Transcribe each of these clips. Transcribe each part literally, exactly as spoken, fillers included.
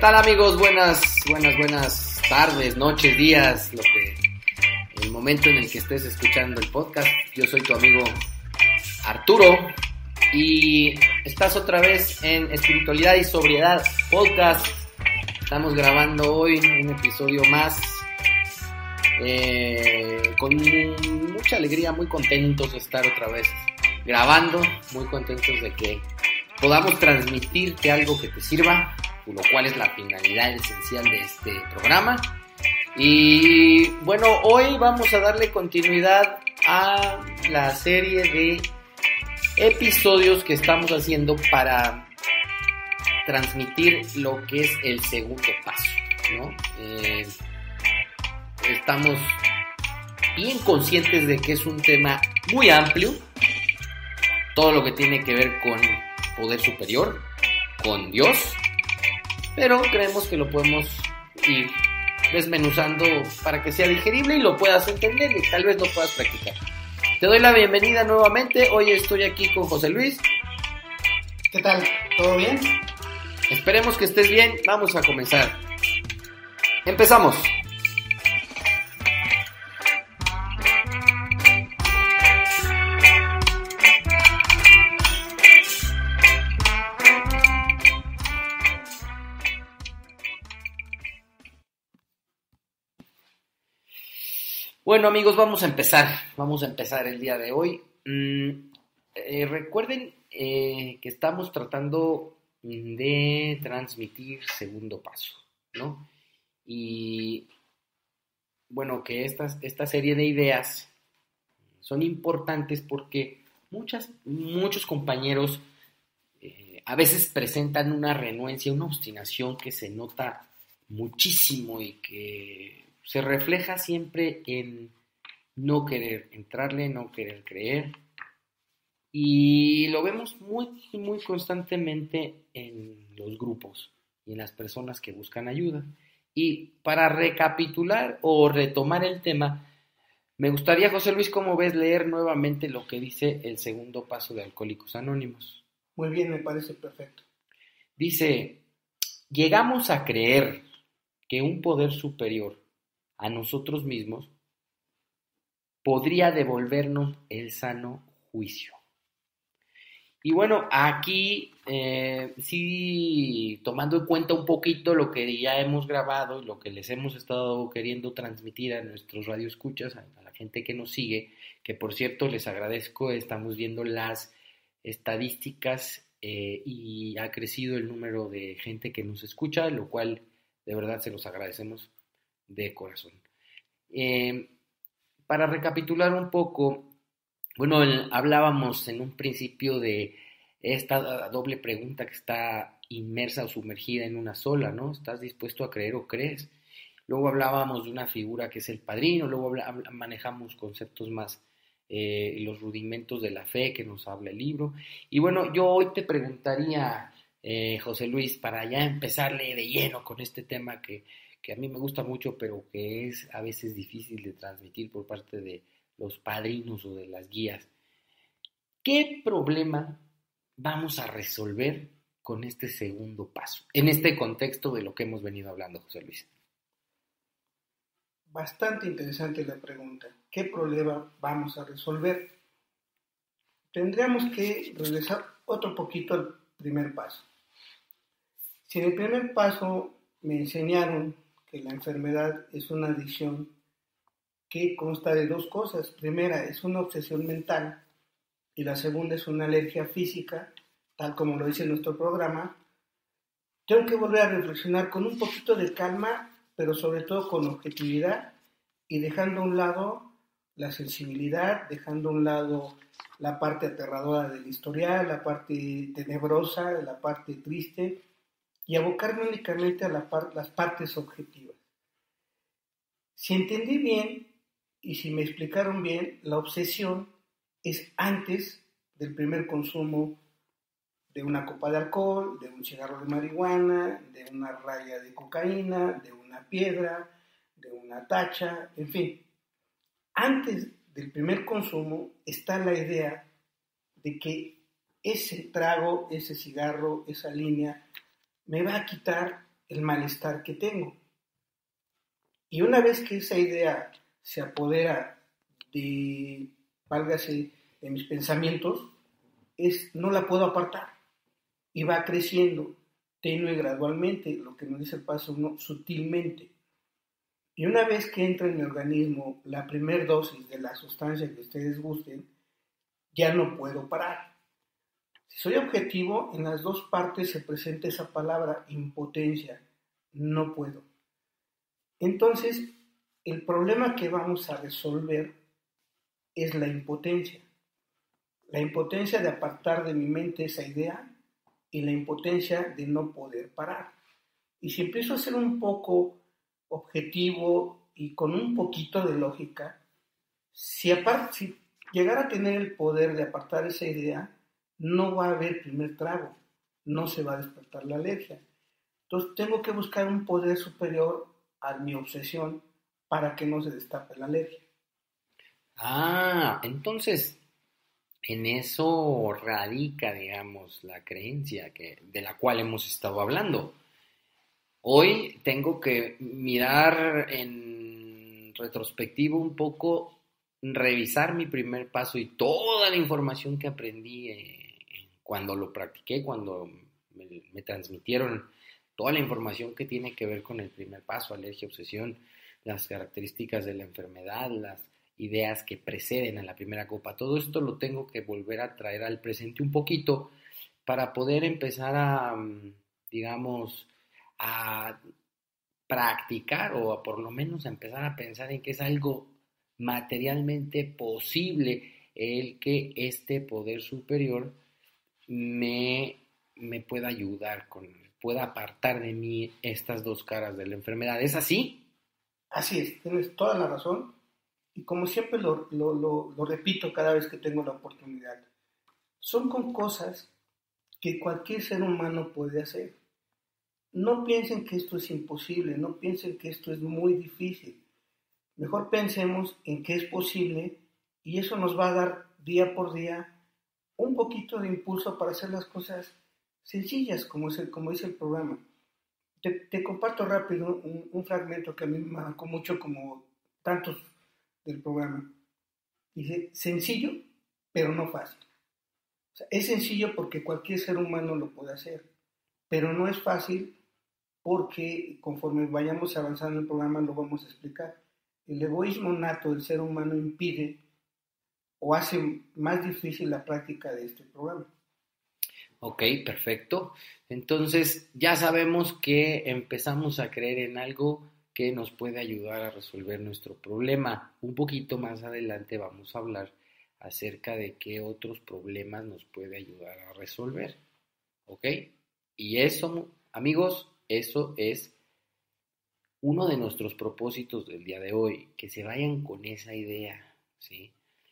tal, amigos? Buenas, buenas, buenas tardes, noches, días, lo que el momento en el que estés escuchando el podcast. Yo soy tu amigo Arturo y estás otra vez en Espiritualidad y Sobriedad Podcast. Estamos grabando hoy un episodio más eh, con mucha alegría, muy contentos de estar otra vez grabando, muy contentos de que podamos transmitirte algo que te sirva, lo cual es la finalidad esencial de este programa. Y bueno, hoy vamos a darle continuidad a la serie de episodios que estamos haciendo para transmitir lo que es el segundo paso, ¿no? Eh, estamos bien conscientes de que es un tema muy amplio, todo lo que tiene que ver con poder superior, con Dios, pero creemos que lo podemos ir desmenuzando para que sea digerible y lo puedas entender y tal vez lo puedas practicar. Te doy la bienvenida nuevamente. Hoy estoy aquí con José Luis. ¿Qué tal? ¿Todo bien? Esperemos que estés bien. Vamos a comenzar. Empezamos. Bueno, amigos, vamos a empezar. Vamos a empezar el día de hoy. Mm, eh, recuerden eh, que estamos tratando de transmitir segundo paso, ¿no? Y bueno, que estas, esta serie de ideas son importantes porque muchas, muchos compañeros eh, a veces presentan una renuencia, una obstinación que se nota muchísimo y que se refleja siempre en no querer entrarle, no querer creer. Y lo vemos muy, muy constantemente en los grupos y en las personas que buscan ayuda. Y para recapitular o retomar el tema, me gustaría, José Luis, ¿cómo ves leer nuevamente lo que dice el segundo paso de Alcohólicos Anónimos? Muy bien, me parece perfecto. Dice, llegamos a creer que un poder superior a nosotros mismos podría devolvernos el sano juicio. Y bueno, aquí eh, sí, tomando en cuenta un poquito lo que ya hemos grabado y lo que les hemos estado queriendo transmitir a nuestros radioescuchas, a, a la gente que nos sigue, que por cierto les agradezco, estamos viendo las estadísticas eh, y ha crecido el número de gente que nos escucha, lo cual de verdad se los agradecemos de corazón. Eh, para recapitular un poco, bueno, el, hablábamos en un principio de esta doble pregunta que está inmersa o sumergida en una sola, ¿no? ¿Estás dispuesto a creer o crees? Luego hablábamos de una figura que es el padrino, luego habla, manejamos conceptos más, eh, los rudimentos de la fe que nos habla el libro. Y bueno, yo hoy te preguntaría, eh, José Luis, para ya empezarle de lleno con este tema que que a mí me gusta mucho, pero que es a veces difícil de transmitir por parte de los padrinos o de las guías. ¿Qué problema vamos a resolver con este segundo paso, en este contexto de lo que hemos venido hablando, José Luis? Bastante interesante la pregunta. ¿Qué problema vamos a resolver? Tendríamos que regresar otro poquito al primer paso. Si en el primer paso me enseñaron que la enfermedad es una adicción que consta de dos cosas. Primera es una obsesión mental y la segunda es una alergia física, tal como lo dice nuestro programa. Tengo que volver a reflexionar con un poquito de calma, pero sobre todo con objetividad y dejando a un lado la sensibilidad, dejando a un lado la parte aterradora del historial, la parte tenebrosa, la parte triste, y abocarme únicamente a la par- las partes objetivas. Si entendí bien y si me explicaron bien, la obsesión es antes del primer consumo de una copa de alcohol, de un cigarro de marihuana, de una raya de cocaína, de una piedra, de una tacha, en fin. Antes del primer consumo está la idea de que ese trago, ese cigarro, esa línea, me va a quitar el malestar que tengo. Y una vez que esa idea se apodera de, válgase, de mis pensamientos, es, no la puedo apartar. Y va creciendo, tenue gradualmente, lo que nos dice el paso uno, sutilmente. Y una vez que entra en mi organismo la primera dosis de la sustancia que ustedes gusten, ya no puedo parar. Si soy objetivo, en las dos partes se presenta esa palabra, impotencia, no puedo. Entonces, el problema que vamos a resolver es la impotencia. La impotencia de apartar de mi mente esa idea y la impotencia de no poder parar. Y si empiezo a ser un poco objetivo y con un poquito de lógica, si, apart, si llegara a tener el poder de apartar esa idea, no va a haber primer trago, no se va a despertar la alergia. Entonces tengo que buscar un poder superior a mi obsesión para que no se destape la alergia. Ah, entonces en eso radica, digamos, la creencia que, de la cual hemos estado hablando. Hoy tengo que mirar en retrospectivo un poco, revisar mi primer paso y toda la información que aprendí eh, cuando lo practiqué, cuando me, me transmitieron toda la información que tiene que ver con el primer paso, alergia, obsesión, las características de la enfermedad, las ideas que preceden a la primera copa. Todo esto lo tengo que volver a traer al presente un poquito para poder empezar a, digamos, a practicar o a por lo menos a empezar a pensar en que es algo materialmente posible el que este poder superior me, me pueda ayudar, con, pueda apartar de mí estas dos caras de la enfermedad. ¿Es así? Así es, tienes toda la razón. Y como siempre lo, lo, lo, lo repito cada vez que tengo la oportunidad, son con cosas que cualquier ser humano puede hacer. No piensen que esto es imposible, no piensen que esto es muy difícil. Mejor pensemos en que es posible y eso nos va a dar día por día un poquito de impulso para hacer las cosas sencillas, como, es el, como dice el programa. Te, te comparto rápido un, un fragmento que a mí me marcó mucho, como tantos del programa. Dice, sencillo, pero no fácil. O sea, es sencillo porque cualquier ser humano lo puede hacer, pero no es fácil porque conforme vayamos avanzando en el programa lo vamos a explicar. El egoísmo nato del ser humano impide o hace más difícil la práctica de este programa. Ok, perfecto. Entonces ya sabemos que empezamos a creer en algo que nos puede ayudar a resolver nuestro problema. Un poquito más adelante vamos a hablar acerca de qué otros problemas nos puede ayudar a resolver. ¿Ok? Y eso, amigos, eso es uno de nuestros propósitos del día de hoy, que se vayan con esa idea, ¿sí?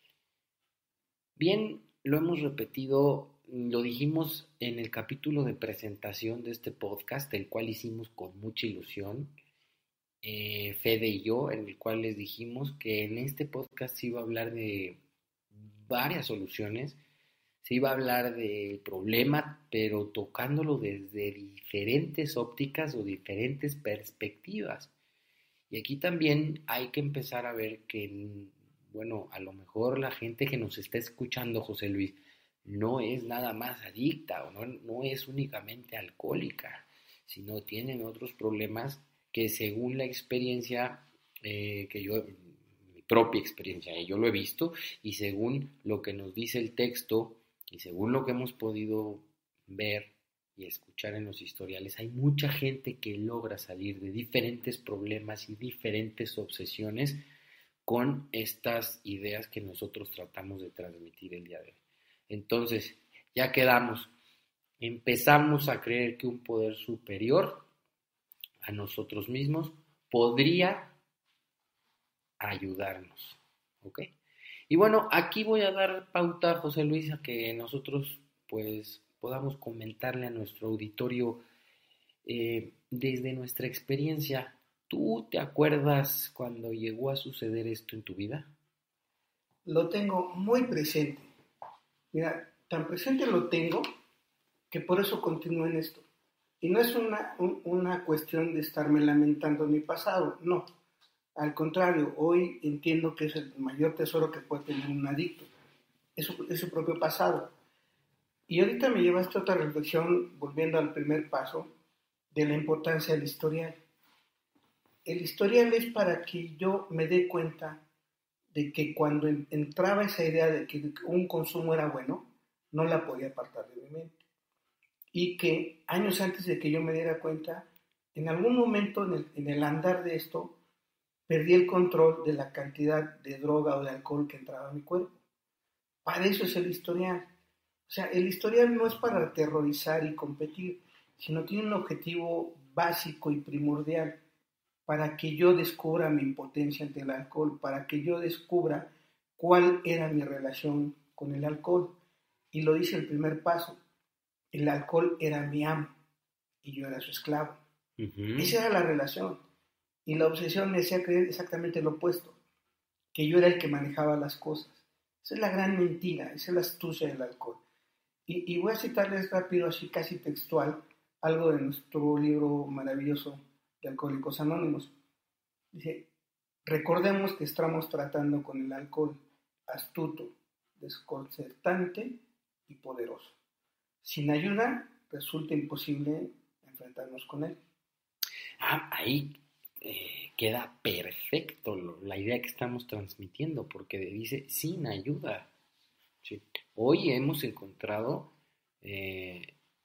Bien, lo hemos repetido, lo dijimos en el capítulo de presentación de este podcast, el cual hicimos con mucha ilusión, eh, Fede y yo, en el cual les dijimos que en este podcast se iba a hablar de varias soluciones, se iba a hablar del problema, pero tocándolo desde diferentes ópticas o diferentes perspectivas. Y aquí también hay que empezar a ver que, bueno, a lo mejor la gente que nos está escuchando, José Luis, no es nada más adicta o no, no es únicamente alcohólica, sino tienen otros problemas que según la experiencia eh, que yo, mi propia experiencia, eh, yo lo he visto, y según lo que nos dice el texto, y según lo que hemos podido ver y escuchar en los historiales, hay mucha gente que logra salir de diferentes problemas y diferentes obsesiones con estas ideas que nosotros tratamos de transmitir el día de hoy. Entonces, ya quedamos. Empezamos a creer que un poder superior a nosotros mismos podría ayudarnos. ¿Ok? Y bueno, aquí voy a dar pauta, José Luis, a que nosotros pues podamos comentarle a nuestro auditorio eh, desde nuestra experiencia. ¿Tú te acuerdas cuando llegó a suceder esto en tu vida? Lo tengo muy presente. Mira, tan presente lo tengo que por eso continúo en esto. Y no es una, un, una cuestión de estarme lamentando en mi pasado, no. Al contrario, hoy entiendo que es el mayor tesoro que puede tener un adicto, es su, es su propio pasado. Y ahorita me llevaste a otra reflexión, volviendo al primer paso, de la importancia del historial. El historial es para que yo me dé cuenta de que cuando entraba esa idea de que un consumo era bueno, no la podía apartar de mi mente. Y que años antes de que yo me diera cuenta, en algún momento en el, en el andar de esto, perdí el control de la cantidad de droga o de alcohol que entraba a mi cuerpo. Para eso es el historial. O sea, el historial no es para aterrorizar y competir, sino tiene un objetivo básico y primordial para que yo descubra mi impotencia ante el alcohol, para que yo descubra cuál era mi relación con el alcohol. Y lo dice el primer paso, el alcohol era mi amo y yo era su esclavo. Uh-huh. Esa era la relación. Y la obsesión me hacía creer exactamente lo opuesto, que yo era el que manejaba las cosas. Esa es la gran mentira, esa es la astucia del alcohol. Y, y voy a citarles rápido, así casi textual, algo de nuestro libro maravilloso de Alcohólicos Anónimos. Dice, recordemos que estamos tratando con el alcohol astuto, desconcertante y poderoso. Sin ayuda, resulta imposible enfrentarnos con él. Ah, ahí eh, queda perfecto lo, la idea que estamos transmitiendo, porque dice sin ayuda. Sí. Hoy hemos encontrado eh,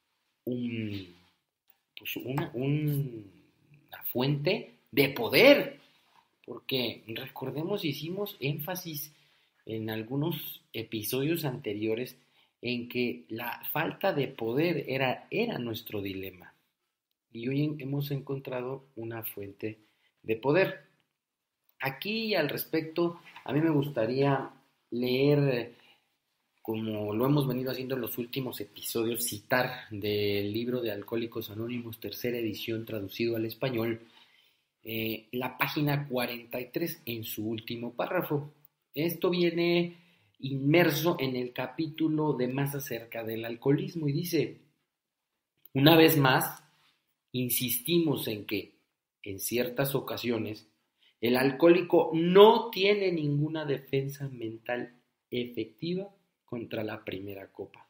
un, pues una, un, una fuente de poder, porque recordemos, hicimos énfasis en algunos episodios anteriores en que la falta de poder era, era nuestro dilema. Y hoy hemos encontrado una fuente de poder. Aquí al respecto, a mí me gustaría leer, como lo hemos venido haciendo en los últimos episodios, citar del libro de Alcohólicos Anónimos, tercera edición, traducido al español, eh, la página cuarenta y tres en su último párrafo. Esto viene inmerso en el capítulo de más acerca del alcoholismo y dice, una vez más, insistimos en que, en ciertas ocasiones, el alcohólico no tiene ninguna defensa mental efectiva contra la primera copa,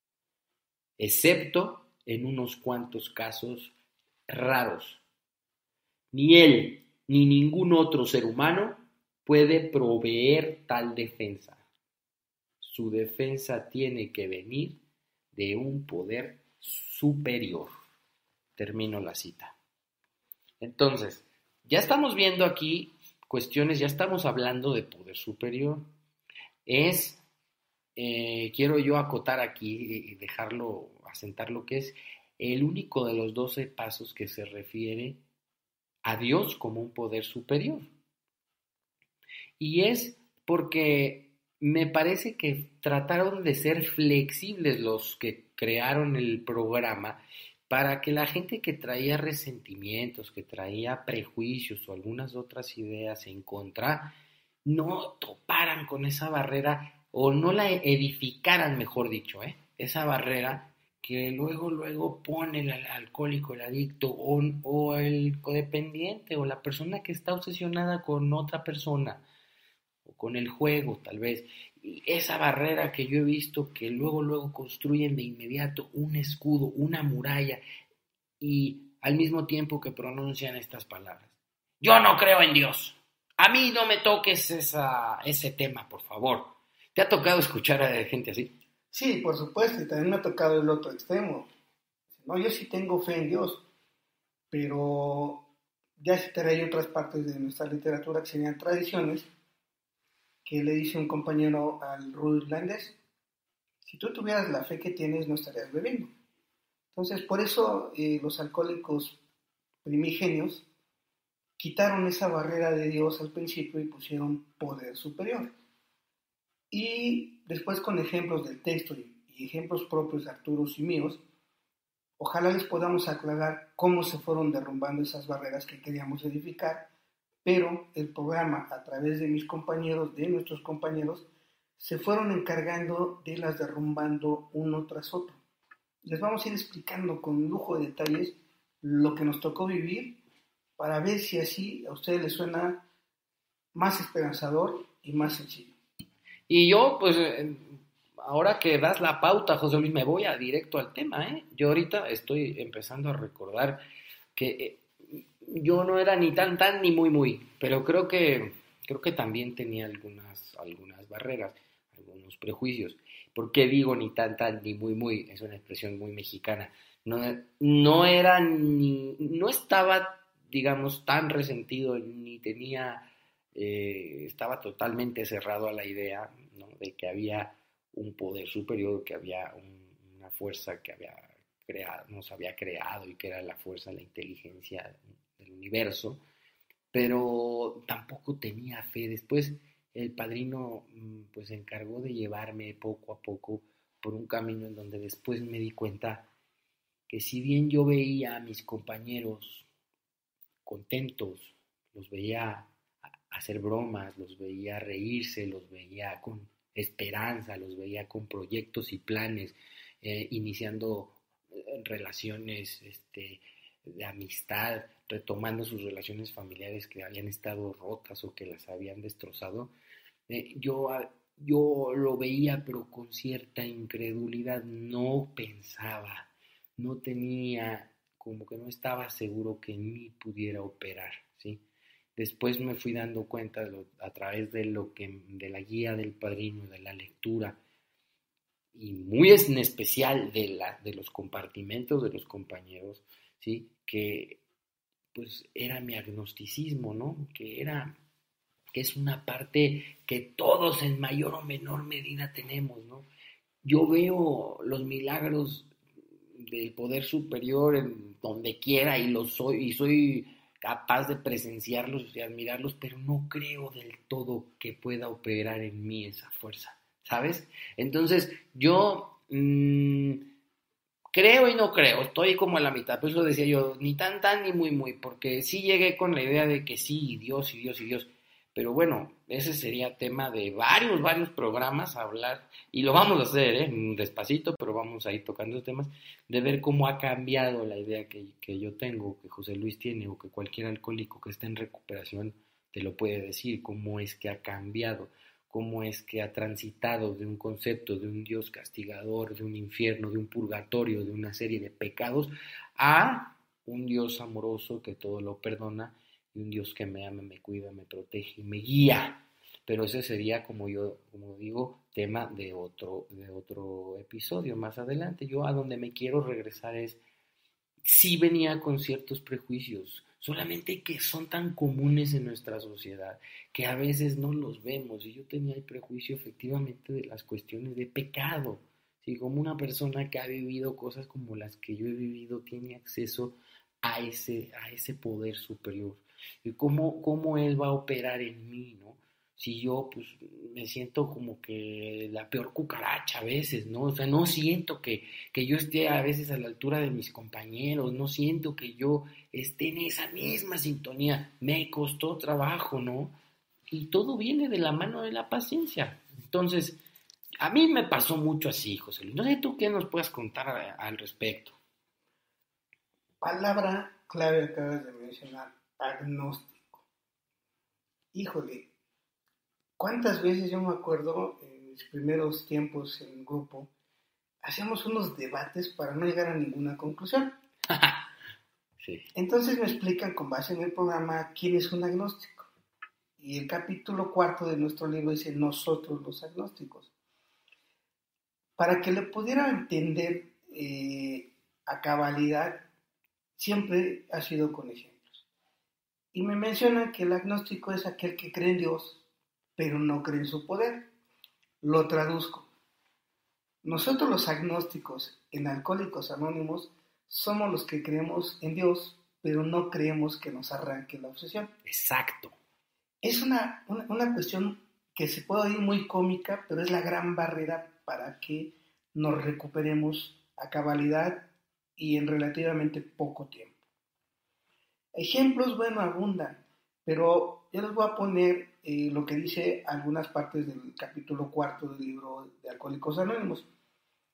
excepto en unos cuantos casos raros. Ni él ni ningún otro ser humano puede proveer tal defensa. Su defensa tiene que venir de un poder superior. Termino la cita. Entonces, ya estamos viendo aquí cuestiones, ya estamos hablando de poder superior. Es, eh, quiero yo acotar aquí y dejarlo, asentar lo que es el único de los doce pasos que se refiere a Dios como un poder superior. Y es porque me parece que trataron de ser flexibles los que crearon el programa para que la gente que traía resentimientos, que traía prejuicios o algunas otras ideas en contra, no toparan con esa barrera o no la edificaran, mejor dicho, ¿eh? Esa barrera que luego, luego pone el alcohólico, el adicto o, o el codependiente o la persona que está obsesionada con otra persona o con el juego tal vez. Y esa barrera que yo he visto que luego, luego construyen de inmediato un escudo, una muralla y al mismo tiempo que pronuncian estas palabras. Yo no creo en Dios. A mí no me toques esa, ese tema, por favor. ¿Te ha tocado escuchar a gente así? Sí, por supuesto, y también me ha tocado el otro extremo. No, yo sí tengo fe en Dios, pero ya citaré otras partes de nuestra literatura que serían tradiciones, que le dice un compañero al rudo irlandés, si tú tuvieras la fe que tienes no estarías bebiendo. Entonces, por eso eh, los alcohólicos primigenios quitaron esa barrera de Dios al principio y pusieron poder superior. Y después con ejemplos del texto y, y ejemplos propios de Arturo y míos, ojalá les podamos aclarar cómo se fueron derrumbando esas barreras que queríamos edificar, pero el programa, a través de mis compañeros, de nuestros compañeros, se fueron encargando de las derrumbando uno tras otro. les vamos a ir explicando con lujo de detalles lo que nos tocó vivir para ver si así a ustedes les suena más esperanzador y más sencillo. Y yo, pues, ahora que das la pauta, José Luis, me voy a directo al tema, ¿eh? Yo ahorita estoy empezando a recordar que yo no era ni tan tan ni muy muy, pero creo que creo que también tenía algunas algunas barreras, algunos prejuicios. ¿Por qué digo ni tan tan ni muy muy? Es una expresión muy mexicana. No, no era ni no estaba, digamos, tan resentido ni tenía eh, estaba totalmente cerrado a la idea, ¿no?, de que había un poder superior, que había un, una fuerza que había creado, nos había creado y que era la fuerza, la inteligencia del universo, pero tampoco tenía fe. Después el padrino pues se encargó de llevarme poco a poco por un camino en donde después me di cuenta que si bien yo veía a mis compañeros contentos, los veía hacer bromas, los veía reírse, los veía con esperanza, los veía con proyectos y planes, eh, iniciando eh, relaciones este, de amistad, retomando sus relaciones familiares que habían estado rotas o que las habían destrozado. Eh, yo, yo lo veía, pero con cierta incredulidad, no pensaba, no tenía, como que no estaba seguro que en mí pudiera operar, ¿sí? Después me fui dando cuenta de lo, a través de lo que de la guía del padrino, de la lectura y muy en especial de la de los compartimentos de los compañeros, sí, que pues era mi agnosticismo, ¿no? Que era que es una parte que todos en mayor o menor medida tenemos, ¿no? Yo veo los milagros del poder superior en donde quiera y lo soy y soy capaz de presenciarlos y admirarlos, pero no creo del todo que pueda operar en mí esa fuerza, ¿sabes? Entonces, yo mmm, creo y no creo, estoy como a la mitad, por eso decía yo, ni tan tan ni muy muy, porque sí llegué con la idea de que sí, Dios y Dios y Dios, pero bueno, ese sería tema de varios, varios programas a hablar, y lo vamos a hacer, ¿eh? Despacito, pero vamos a ir tocando temas, de ver cómo ha cambiado la idea que, que yo tengo, que José Luis tiene, o que cualquier alcohólico que esté en recuperación te lo puede decir, cómo es que ha cambiado, cómo es que ha transitado de un concepto de un Dios castigador, de un infierno, de un purgatorio, de una serie de pecados, a un Dios amoroso que todo lo perdona, y un Dios que me ama, me cuida, me protege y me guía. Pero ese sería, como yo como digo, tema de otro, de otro episodio más adelante. Yo a donde me quiero regresar es, sí venía con ciertos prejuicios, solamente que son tan comunes en nuestra sociedad que a veces no los vemos. Y yo tenía el prejuicio efectivamente de las cuestiones de pecado. ¿Sí? Como una persona que ha vivido cosas como las que yo he vivido tiene acceso a ese, a ese poder superior. Y cómo, cómo él va a operar en mí, ¿no? Si yo, pues, me siento como que la peor cucaracha a veces, ¿no? O sea, no siento que, que yo esté a veces a la altura de mis compañeros, no siento que yo esté en esa misma sintonía. Me costó trabajo, ¿no? Y todo viene de la mano de la paciencia. Entonces, a mí me pasó mucho así, José Luis. No sé tú qué nos puedas contar a, al respecto. Palabra clave acabas de mencionar, agnóstico. Híjole, ¿cuántas veces yo me acuerdo en mis primeros tiempos en grupo, hacíamos unos debates para no llegar a ninguna conclusión? Sí. Entonces me explican con base en el programa quién es un agnóstico. Y el capítulo cuarto de nuestro libro dice nosotros los agnósticos. Para que le pudiera entender eh, a cabalidad, siempre ha sido con ejemplos. Y me mencionan que el agnóstico es aquel que cree en Dios, pero no cree en su poder. Lo traduzco. Nosotros los agnósticos en Alcohólicos Anónimos somos los que creemos en Dios, pero no creemos que nos arranque la obsesión. Exacto. Es una, una, una cuestión que se puede oír muy cómica, pero es la gran barrera para que nos recuperemos a cabalidad y en relativamente poco tiempo. Ejemplos, bueno, abundan, pero yo les voy a poner eh, lo que dice algunas partes del capítulo cuarto del libro de Alcohólicos Anónimos.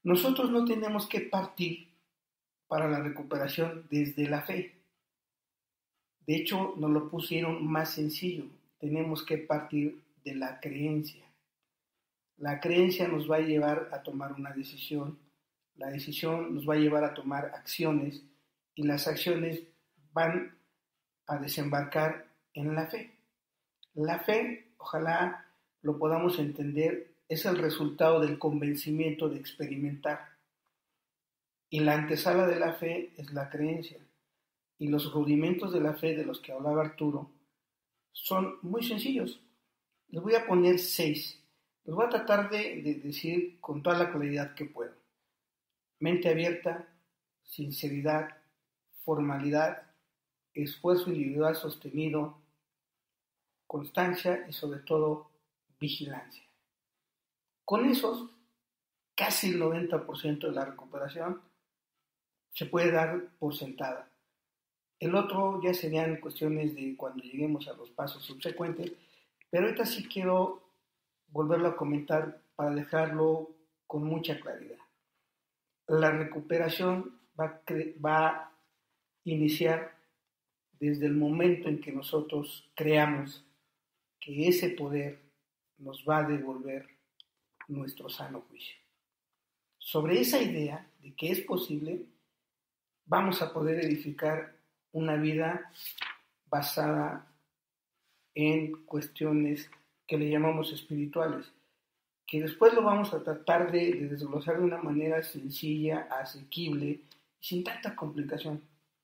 Nosotros no tenemos que partir para la recuperación desde la fe. De hecho, nos lo pusieron más sencillo. Tenemos que partir de la creencia. La creencia nos va a llevar a tomar una decisión. La decisión nos va a llevar a tomar acciones y las acciones van a desembarcar en la fe. La fe, ojalá lo podamos entender, es el resultado del convencimiento de experimentar. Y la antesala de la fe es la creencia. Y los rudimentos de la fe de los que hablaba Arturo son muy sencillos. Les voy a poner seis. Les voy a tratar de, de decir con toda la claridad que puedo. Mente abierta, sinceridad, formalidad, esfuerzo individual sostenido, constancia y sobre todo vigilancia. Con esos, casi el noventa por ciento de la recuperación se puede dar por sentada. El otro ya serían cuestiones de cuando lleguemos a los pasos subsecuentes, pero ahorita sí quiero volverlo a comentar para dejarlo con mucha claridad. La recuperación va a, cre- va a iniciar desde el momento en que nosotros creamos que ese poder nos va a devolver nuestro sano juicio. Sobre esa idea de que es posible, vamos a poder edificar una vida basada en cuestiones que le llamamos espirituales, que después lo vamos a tratar de, de desglosar de una manera sencilla, asequible, sin tanta complicación.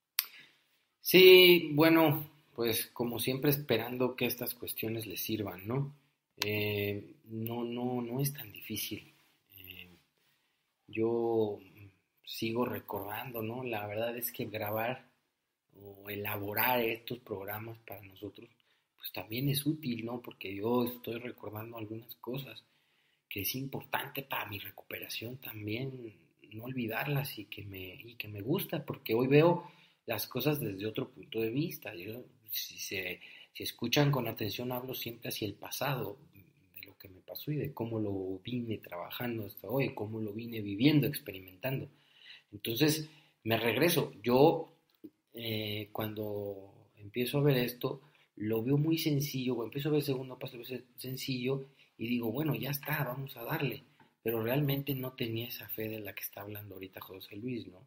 Sí, bueno, pues como siempre esperando que estas cuestiones les sirvan, ¿no? Eh, no, no, no es tan difícil. Eh, yo sigo recordando, ¿no? La verdad es que grabar o elaborar estos programas para nosotros, pues también es útil, ¿no? Porque yo estoy recordando algunas cosas que es importante para mi recuperación también, no olvidarlas y que me, y que me gusta, porque hoy veo las cosas desde otro punto de vista. Yo, si, se, si escuchan con atención, hablo siempre hacia el pasado, de lo que me pasó y de cómo lo vine trabajando hasta hoy, cómo lo vine viviendo, experimentando. Entonces, me regreso. Yo, eh, cuando empiezo a ver esto, lo veo muy sencillo, o empiezo a ver el segundo paso, lo veo sencillo, y digo, bueno, ya está, vamos a darle. Pero realmente no tenía esa fe de la que está hablando ahorita José Luis, ¿no?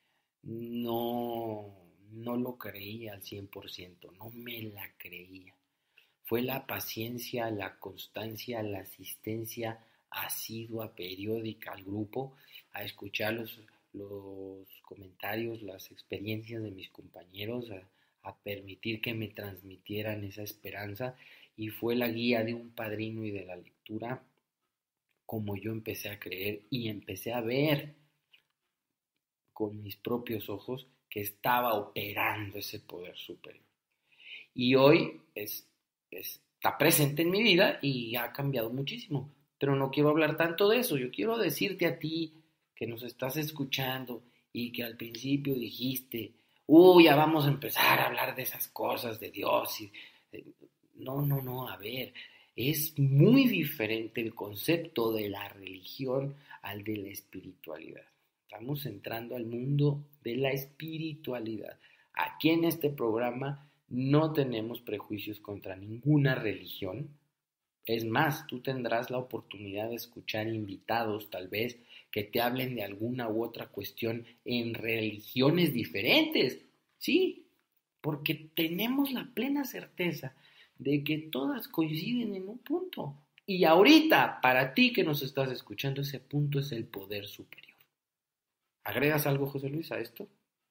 No, no lo creía al cien por ciento, no me la creía. Fue la paciencia, la constancia, la asistencia asidua, periódica al grupo, a escuchar los, los comentarios, las experiencias de mis compañeros, a, a permitir que me transmitieran esa esperanza, y fue la guía de un padrino y de la lectura como yo empecé a creer y empecé a ver con mis propios ojos que estaba operando ese poder superior. Y hoy es, es, está presente en mi vida y ha cambiado muchísimo. Pero no quiero hablar tanto de eso. Yo quiero decirte a ti que nos estás escuchando y que al principio dijiste, uy, ya vamos a empezar a hablar de esas cosas de Dios. Y, eh, no, no, no, a ver, es muy diferente el concepto de la religión al de la espiritualidad. Estamos entrando al mundo de la espiritualidad. Aquí en este programa no tenemos prejuicios contra ninguna religión. Es más, tú tendrás la oportunidad de escuchar invitados, tal vez, que te hablen de alguna u otra cuestión en religiones diferentes. Sí, porque tenemos la plena certeza de que todas coinciden en un punto. Y ahorita, para ti que nos estás escuchando, ese punto es el poder superior. ¿Agregas algo, José Luis, a esto?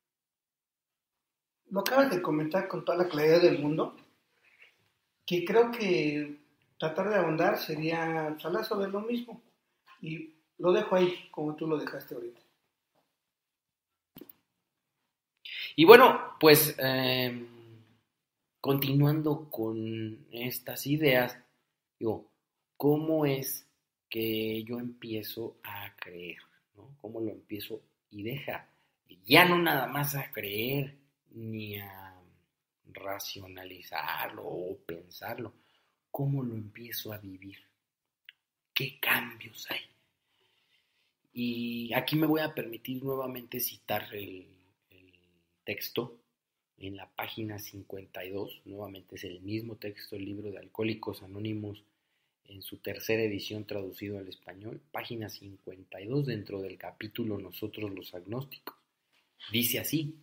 Lo acabas de comentar con toda la claridad del mundo, que creo que tratar de ahondar sería hablar sobre lo mismo. Y lo dejo ahí, como tú lo dejaste ahorita. Y bueno, pues eh, continuando con estas ideas, digo, ¿cómo es que yo empiezo a creer? ¿No? ¿Cómo lo empiezo? Y deja, ya no nada más a creer, ni a racionalizarlo o pensarlo, ¿cómo lo empiezo a vivir? ¿Qué cambios hay? Y aquí me voy a permitir nuevamente citar el, el texto en la página cincuenta y dos, nuevamente es el mismo texto, el libro de Alcohólicos Anónimos, en su tercera edición traducido al español, página cincuenta y dos, dentro del capítulo Nosotros los Agnósticos. Dice así: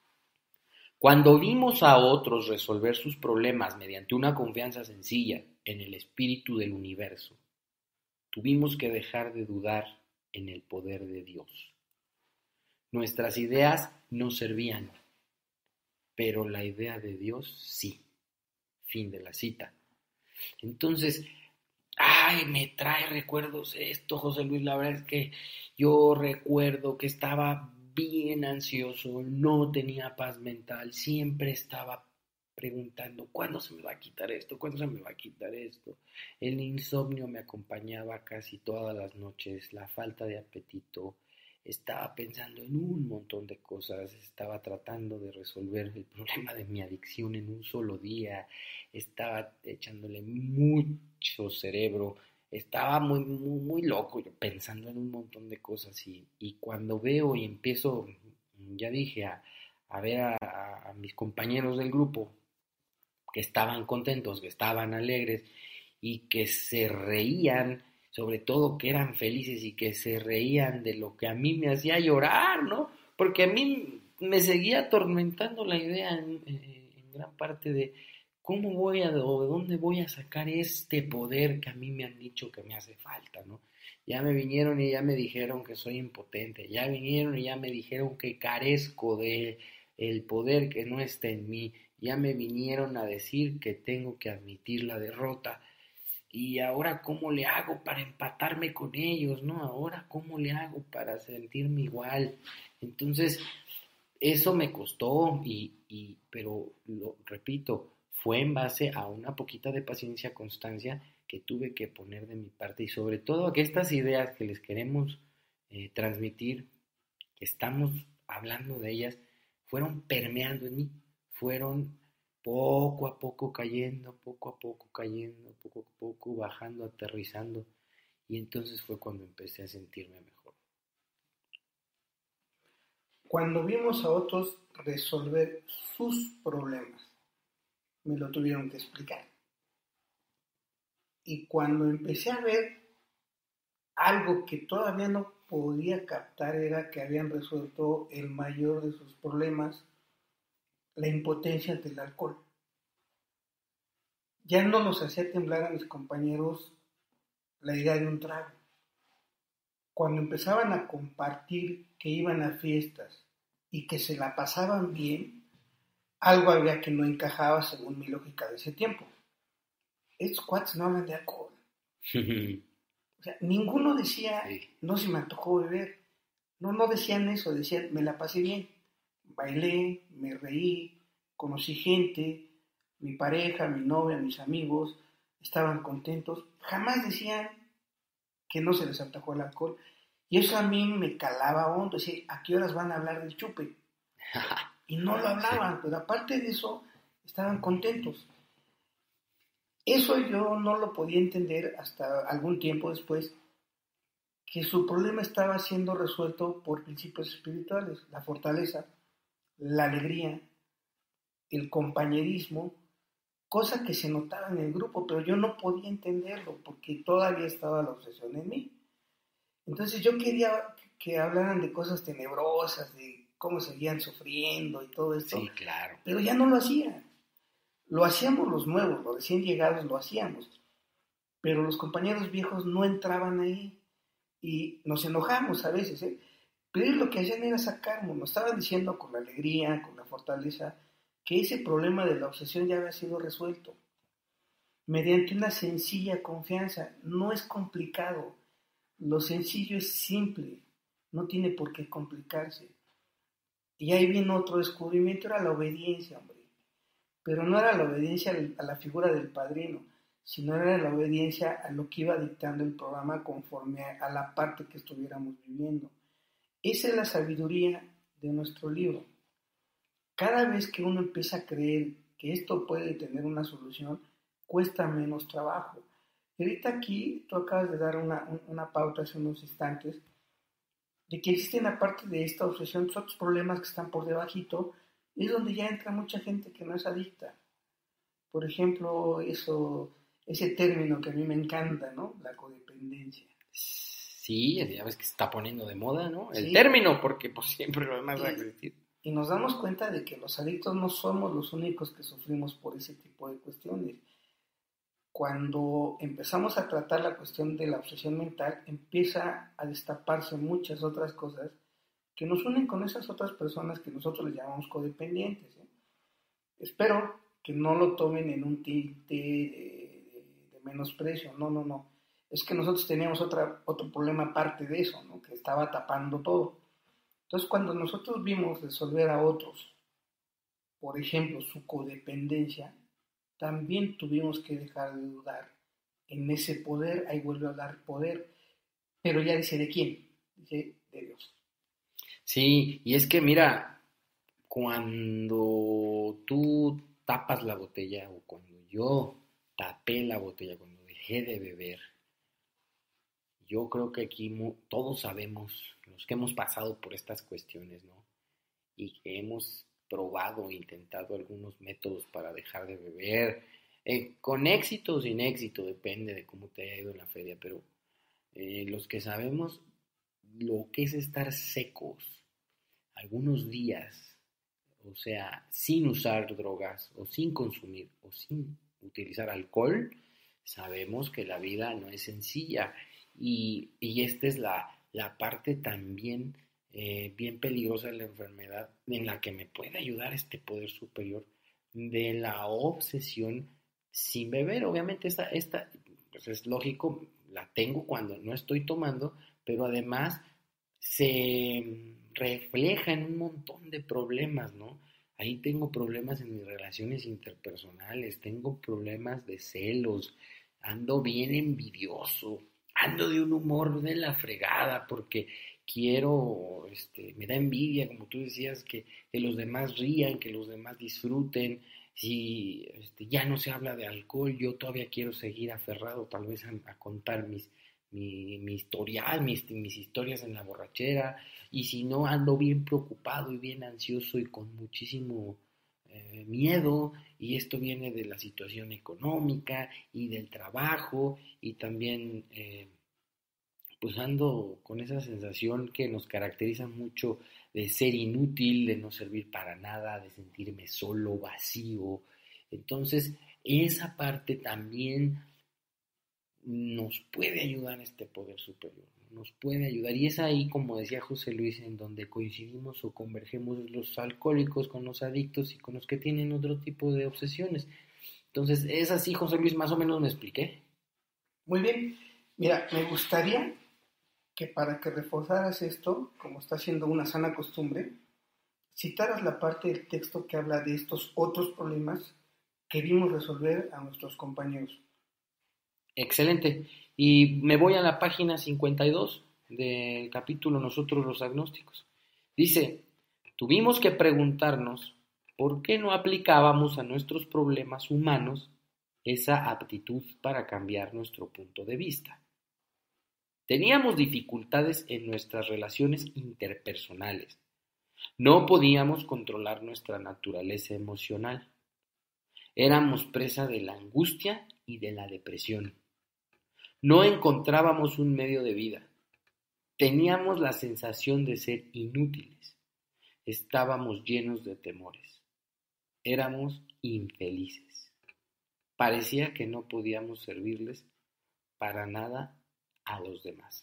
cuando vimos a otros resolver sus problemas mediante una confianza sencilla en el espíritu del universo, tuvimos que dejar de dudar en el poder de Dios. Nuestras ideas no servían, pero la idea de Dios sí. Fin de la cita. Entonces, ay, me trae recuerdos esto, José Luis. La verdad es que yo recuerdo que estaba bien ansioso, no tenía paz mental, siempre estaba preguntando, ¿cuándo se me va a quitar esto? ¿Cuándo se me va a quitar esto? El insomnio me acompañaba casi todas las noches, la falta de apetito. Estaba pensando en un montón de cosas, estaba tratando de resolver el problema de mi adicción en un solo día, estaba echándole mucho cerebro, estaba muy, muy, muy loco yo pensando en un montón de cosas y, y cuando veo y empiezo, ya dije, a, a ver a, a mis compañeros del grupo que estaban contentos, que estaban alegres y que se reían, sobre todo que eran felices y que se reían de lo que a mí me hacía llorar, ¿no? Porque a mí me seguía atormentando la idea en, en, en gran parte de cómo voy a, o de dónde voy a sacar este poder que a mí me han dicho que me hace falta, ¿no? Ya me vinieron y ya me dijeron que soy impotente, ya vinieron y ya me dijeron que carezco de el poder que no está en mí, ya me vinieron a decir que tengo que admitir la derrota. Y ahora, ¿cómo le hago para empatarme con ellos, no? Ahora, ¿cómo le hago para sentirme igual? Entonces, eso me costó, y, y, pero lo repito, fue en base a una poquita de paciencia, constancia que tuve que poner de mi parte y sobre todo que estas ideas que les queremos eh, transmitir, que estamos hablando de ellas, fueron permeando en mí, fueron poco a poco cayendo, poco a poco cayendo, poco a poco bajando, aterrizando, y entonces fue cuando empecé a sentirme mejor. Cuando vimos a otros resolver sus problemas, me lo tuvieron que explicar. Y cuando empecé a ver algo que todavía no podía captar era que habían resuelto el mayor de sus problemas, la impotencia ante el alcohol. Ya no los hacía temblar a mis compañeros la idea de un trago. Cuando empezaban a compartir que iban a fiestas y que se la pasaban bien, algo había que no encajaba según mi lógica de ese tiempo. Estos cuates no hablan de alcohol. O sea, ninguno decía, sí, no se me antojó beber. No, no decían eso, decían, me la pasé bien. Bailé, me reí, conocí gente, mi pareja, mi novia, mis amigos, estaban contentos. Jamás decían que no se les antojó el alcohol. Y eso a mí me calaba hondo, decir, ¿a qué horas van a hablar del chupe? Y no lo hablaban, sí, pero aparte de eso, estaban contentos. Eso yo no lo podía entender hasta algún tiempo después, que su problema estaba siendo resuelto por principios espirituales, la fortaleza, la alegría, el compañerismo, cosa que se notaba en el grupo, pero yo no podía entenderlo porque todavía estaba la obsesión en mí. Entonces yo quería que hablaran de cosas tenebrosas, de cómo seguían sufriendo y todo esto, sí, claro, pero ya no lo hacían. Lo hacíamos los nuevos, los recién llegados lo hacíamos, pero los compañeros viejos no entraban ahí y nos enojamos a veces, ¿eh? Pero ellos lo que hacían era sacarnos, nos estaban diciendo con la alegría, con la fortaleza, que ese problema de la obsesión ya había sido resuelto mediante una sencilla confianza. No es complicado, lo sencillo es simple, no tiene por qué complicarse. Y ahí viene otro descubrimiento, era la obediencia, hombre. Pero no era la obediencia a la figura del padrino, sino era la obediencia a lo que iba dictando el programa conforme a la parte que estuviéramos viviendo. Esa es la sabiduría de nuestro libro. Cada vez que uno empieza a creer que esto puede tener una solución, cuesta menos trabajo. Y ahorita aquí tú acabas de dar una, una pauta hace unos instantes de que existen aparte de esta obsesión otros problemas que están por debajito, es donde ya entra mucha gente que no es adicta. Por ejemplo, eso, ese término que a mí me encanta, ¿no? La codependencia. Sí, ya ves que se está poniendo de moda, ¿no? El Sí. término, porque pues siempre lo demás va a Y, existir. y nos damos cuenta de que los adictos no somos los únicos que sufrimos por ese tipo de cuestiones. Cuando empezamos a tratar la cuestión de la obsesión mental, empieza a destaparse muchas otras cosas que nos unen con esas otras personas que nosotros les llamamos codependientes, ¿eh? Espero que no lo tomen en un tinte de, de, de menosprecio, no, no, no. Es que nosotros teníamos otra, otro problema aparte de eso, ¿no? Que estaba tapando todo. Entonces, cuando nosotros vimos resolver a otros, por ejemplo, su codependencia, también tuvimos que dejar de dudar en ese poder. Ahí vuelve a hablar poder, pero ya dice de quién, dice de Dios. Sí, y es que mira, cuando tú tapas la botella o cuando yo tapé la botella, cuando dejé de beber, yo creo que aquí mu- todos sabemos, los que hemos pasado por estas cuestiones, ¿no? Y que hemos probado e intentado algunos métodos para dejar de beber, eh, con éxito o sin éxito, depende de cómo te haya ido en la feria, pero eh, los que sabemos lo que es estar secos algunos días, o sea, sin usar drogas o sin consumir o sin utilizar alcohol, sabemos que la vida no es sencilla y, y esta es la, la parte también eh, bien peligrosa de la enfermedad en la que me puede ayudar este poder superior de la obsesión sin beber. Obviamente esta, esta pues es lógico, la tengo cuando no estoy tomando, pero además se refleja en un montón de problemas, ¿no? Ahí tengo problemas en mis relaciones interpersonales, tengo problemas de celos, ando bien envidioso, ando de un humor de la fregada porque quiero, este, me da envidia, como tú decías, que, que los demás rían, que los demás disfruten. Si este, ya no se habla de alcohol, yo todavía quiero seguir aferrado tal vez a, a contar mis, mi, mi historial, mis, mis historias en la borrachera, y si no ando bien preocupado y bien ansioso y con muchísimo eh, miedo, y esto viene de la situación económica y del trabajo, y también eh, pues ando con esa sensación que nos caracteriza mucho de ser inútil, de no servir para nada, de sentirme solo, vacío. Entonces, esa parte también nos puede ayudar este poder superior, nos puede ayudar. Y es ahí, como decía José Luis, en donde coincidimos o convergemos los alcohólicos con los adictos y con los que tienen otro tipo de obsesiones. Entonces, es así, José Luis, más o menos me expliqué. Muy bien, mira, me gustaría que para que reforzaras esto, como está siendo una sana costumbre, citaras la parte del texto que habla de estos otros problemas que vimos resolver a nuestros compañeros. Excelente. Y me voy a la página cincuenta y dos del capítulo Nosotros los agnósticos. Dice, tuvimos que preguntarnos por qué no aplicábamos a nuestros problemas humanos esa aptitud para cambiar nuestro punto de vista. Teníamos dificultades en nuestras relaciones interpersonales. No podíamos controlar nuestra naturaleza emocional. Éramos presa de la angustia y de la depresión. No encontrábamos un medio de vida. Teníamos la sensación de ser inútiles. Estábamos llenos de temores. Éramos infelices. Parecía que no podíamos servirles para nada a los demás.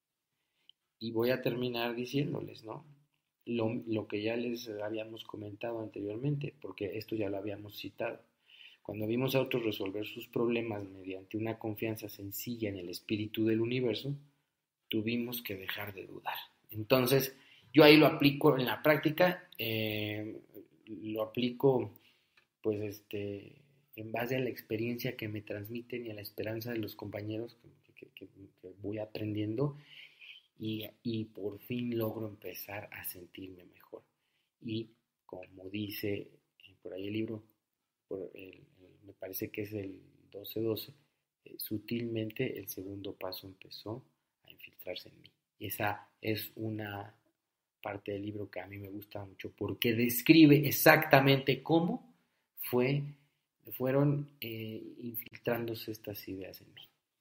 Y voy a terminar diciéndoles, ¿no? Lo, lo que ya les habíamos comentado anteriormente, porque esto ya lo habíamos citado. Cuando vimos a otros resolver sus problemas mediante una confianza sencilla en el espíritu del universo, tuvimos que dejar de dudar. Entonces, yo ahí lo aplico en la práctica, eh, lo aplico, pues, este, en base a la experiencia que me transmiten y a la esperanza de los compañeros que, que, que voy aprendiendo, y, y por fin logro empezar a sentirme mejor. Y como dice por ahí el libro, por el, el, me parece que es el doce doce, eh, sutilmente el segundo paso empezó a infiltrarse en mí. Y esa es una parte del libro que a mí me gusta mucho porque describe exactamente cómo fue, fueron eh, infiltrándose estas ideas en mí.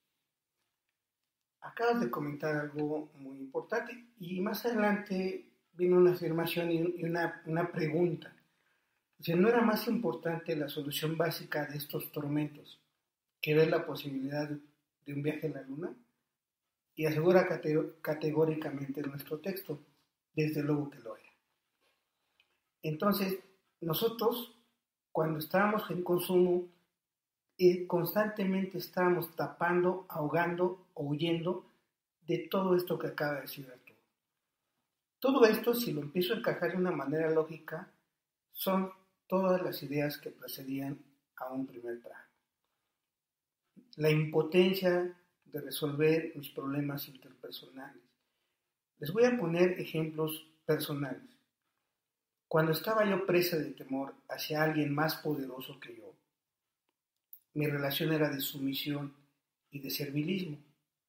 Acabas de comentar algo muy importante y más adelante viene una afirmación y una, una pregunta. O sea, ¿no era más importante la solución básica de estos tormentos que ver la posibilidad de un viaje a la luna? Y asegura cate- categóricamente nuestro texto, desde luego que lo era. Entonces, nosotros, cuando estábamos en consumo, eh, constantemente estábamos tapando, ahogando o huyendo de todo esto que acaba de decir Arturo. Todo esto, si lo empiezo a encajar de una manera lógica, son todas las ideas que precedían a un primer trago. La impotencia de resolver los problemas interpersonales. Les voy a poner ejemplos personales. Cuando estaba yo presa de temor hacia alguien más poderoso que yo, mi relación era de sumisión y de servilismo.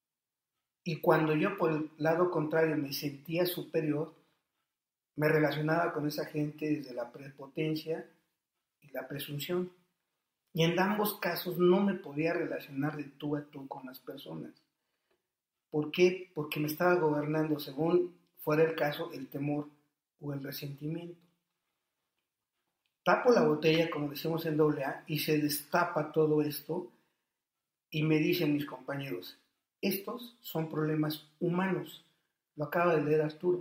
Y cuando yo por el lado contrario me sentía superior, me relacionaba con esa gente desde la prepotencia y la presunción. Y en ambos casos no me podía relacionar de tú a tú con las personas. ¿Por qué? Porque me estaba gobernando, según fuera el caso, el temor o el resentimiento. Tapo la botella, como decimos en doble A, y se destapa todo esto y me dicen mis compañeros, estos son problemas humanos. Lo acaba de leer Arturo.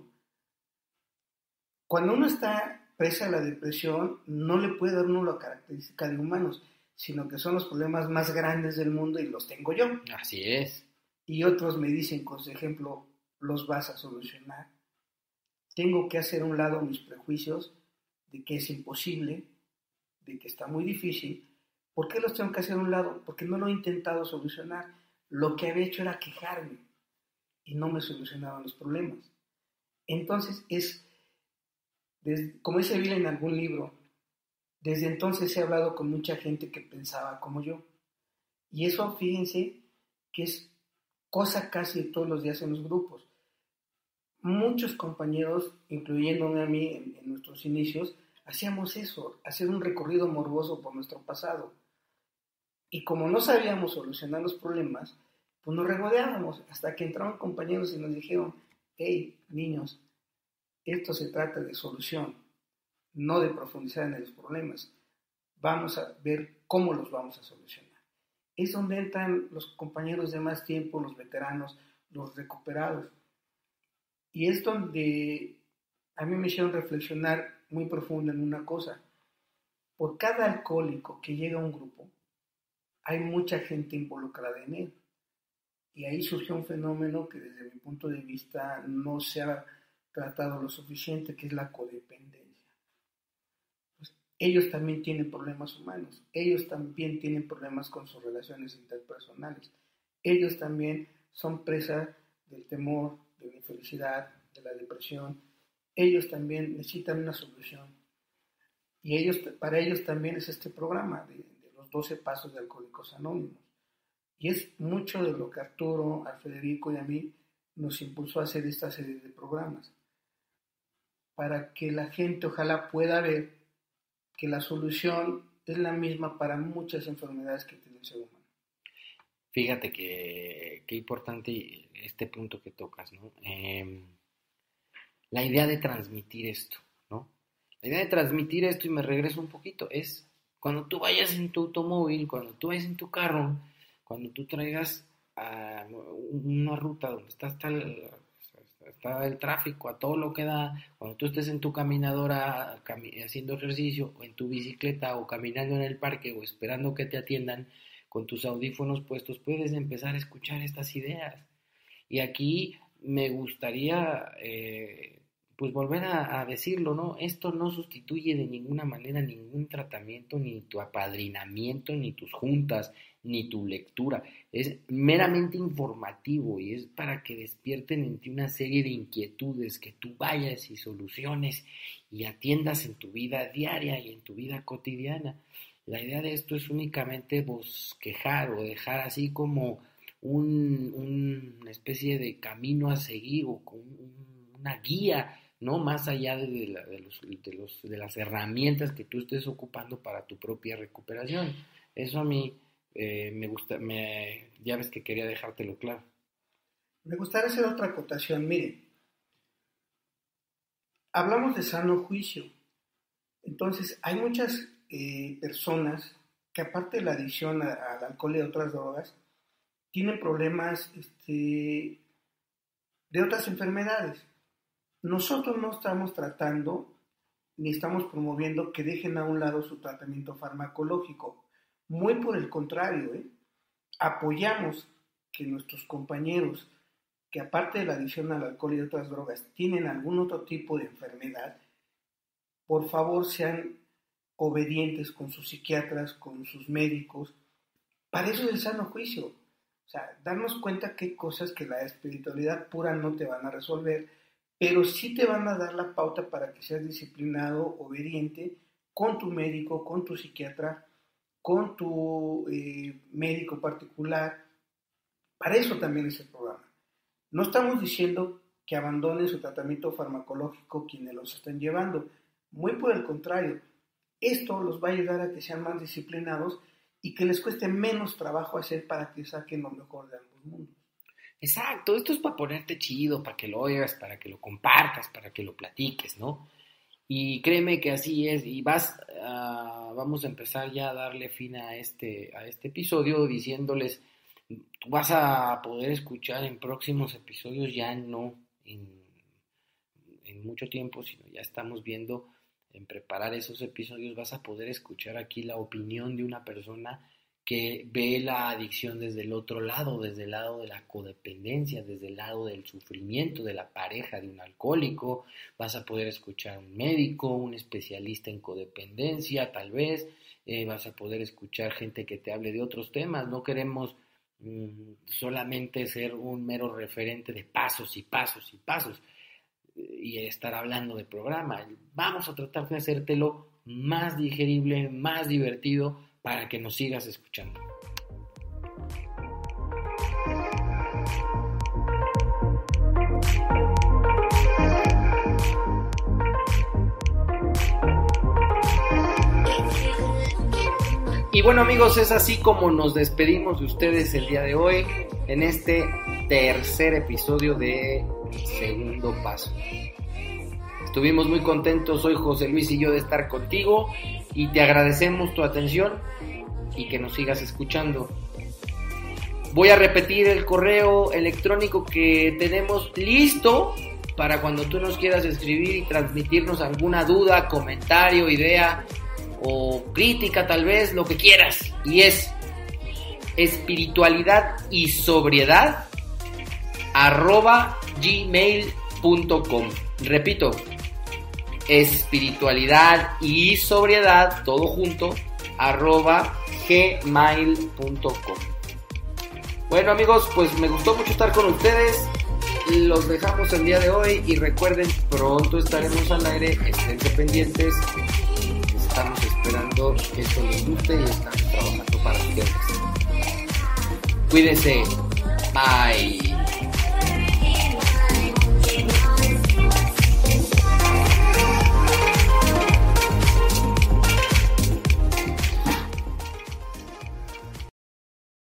Cuando uno está presa a la depresión, no le puede dar uno la característica de humanos, sino que son los problemas más grandes del mundo y los tengo yo. Así es. Y otros me dicen, con su ejemplo, los vas a solucionar. Tengo que hacer a un lado mis prejuicios de que es imposible, de que está muy difícil. ¿Por qué los tengo que hacer a un lado? Porque no lo he intentado solucionar. Lo que había hecho era quejarme y no me solucionaban los problemas. Entonces, es, desde, como dice Bill en algún libro, desde entonces he hablado con mucha gente que pensaba como yo. Y eso, fíjense, que es cosa casi todos los días en los grupos. Muchos compañeros, incluyéndome a mí en, en nuestros inicios, hacíamos eso, hacer un recorrido morboso por nuestro pasado. Y como no sabíamos solucionar los problemas, pues nos regodeábamos hasta que entraron compañeros y nos dijeron, hey, niños, esto se trata de solución, no de profundizar en los problemas. Vamos a ver cómo los vamos a solucionar. Es donde entran los compañeros de más tiempo, los veteranos, los recuperados. Y es donde a mí me hicieron reflexionar muy profundo en una cosa. Por cada alcohólico que llega a un grupo, hay mucha gente involucrada en él. Y ahí surgió un fenómeno que desde mi punto de vista no se ha tratado lo suficiente, que es la codependencia. Pues ellos también tienen problemas humanos, ellos también tienen problemas con sus relaciones interpersonales, ellos también son presa del temor, de la infelicidad, de la depresión, ellos también necesitan una solución. Y ellos, para ellos también es este programa de, de los doce pasos de Alcohólicos Anónimos. Y es mucho de lo que Arturo, a Federico y a mí nos impulsó a hacer esta serie de programas. Para que la gente ojalá pueda ver que la solución es la misma para muchas enfermedades que tiene el ser humano. Fíjate que, que importante este punto que tocas, ¿no? Eh, la idea de transmitir esto, ¿no? La idea de transmitir esto, y me regreso un poquito, es cuando tú vayas en tu automóvil, cuando tú vayas en tu carro, cuando tú traigas a una ruta donde está hasta el, está el tráfico, a todo lo que da, cuando tú estés en tu caminadora cami- haciendo ejercicio, o en tu bicicleta, o caminando en el parque, o esperando que te atiendan, con tus audífonos puestos, puedes empezar a escuchar estas ideas. Y aquí me gustaría eh, pues volver a, a decirlo, ¿no? Esto no sustituye de ninguna manera ningún tratamiento, ni tu apadrinamiento, ni tus juntas, ni tu lectura. Es meramente informativo y es para que despierten en ti una serie de inquietudes que tú vayas y soluciones y atiendas en tu vida diaria y en tu vida cotidiana. La idea de esto es únicamente bosquejar o dejar así como un, un, una especie de camino a seguir o con un, una guía, ¿no? Más allá de, de, la, de, los, de, los, de las herramientas que tú estés ocupando para tu propia recuperación. Eso a mí eh, me gusta, me, ya ves que quería dejártelo claro. Me gustaría hacer otra acotación. Miren, hablamos de sano juicio. Entonces, hay muchas eh, personas que aparte de la adicción a, al alcohol y a otras drogas, tienen problemas este, de otras enfermedades. Nosotros no estamos tratando ni estamos promoviendo que dejen a un lado su tratamiento farmacológico. Muy por el contrario, ¿eh? Apoyamos que nuestros compañeros que aparte de la adicción al alcohol y otras drogas tienen algún otro tipo de enfermedad, por favor sean obedientes con sus psiquiatras, con sus médicos. Para eso es el sano juicio. O sea, darnos cuenta que hay cosas que la espiritualidad pura no te van a resolver, pero sí te van a dar la pauta para que seas disciplinado, obediente, con tu médico, con tu psiquiatra, con tu eh, médico particular. Para eso también es el programa. No estamos diciendo que abandonen su tratamiento farmacológico quienes los están llevando. Muy por el contrario, esto los va a ayudar a que sean más disciplinados y que les cueste menos trabajo hacer para que saquen lo mejor de ambos mundos. Exacto, esto es para ponerte chido, para que lo oigas, para que lo compartas, para que lo platiques, ¿no? Y créeme que así es, y vas, uh, vamos a empezar ya a darle fin a este, a este episodio diciéndoles, tú vas a poder escuchar en próximos episodios, ya no en, en mucho tiempo, sino ya estamos viendo en preparar esos episodios, vas a poder escuchar aquí la opinión de una persona que ve la adicción desde el otro lado, desde el lado de la codependencia, desde el lado del sufrimiento de la pareja de un alcohólico. Vas a poder escuchar a un médico, un especialista en codependencia, tal vez. Eh, vas a poder escuchar gente que te hable de otros temas. No queremos mmm, solamente ser un mero referente de pasos y pasos y pasos y estar hablando de programa. Vamos a tratar de hacértelo más digerible, más divertido, para que nos sigas escuchando. Y bueno, amigos, es así como nos despedimos de ustedes el día de hoy en este tercer episodio de Segundo Paso. Estuvimos muy contentos hoy, José Luis y yo, de estar contigo y te agradecemos tu atención y que nos sigas escuchando. Voy a repetir el correo electrónico que tenemos listo para cuando tú nos quieras escribir y transmitirnos alguna duda, comentario, idea o crítica, tal vez, lo que quieras. Y es espiritualidad y sobriedad arroba gmail punto com. Repito, espiritualidad y sobriedad, todo junto, arroba gmail punto com. Bueno, amigos, pues me gustó mucho estar con ustedes. Los dejamos el día de hoy y recuerden, pronto estaremos al aire, estén pendientes. Estamos esperando que esto les guste y estamos trabajando para ustedes. Cuídense. Bye.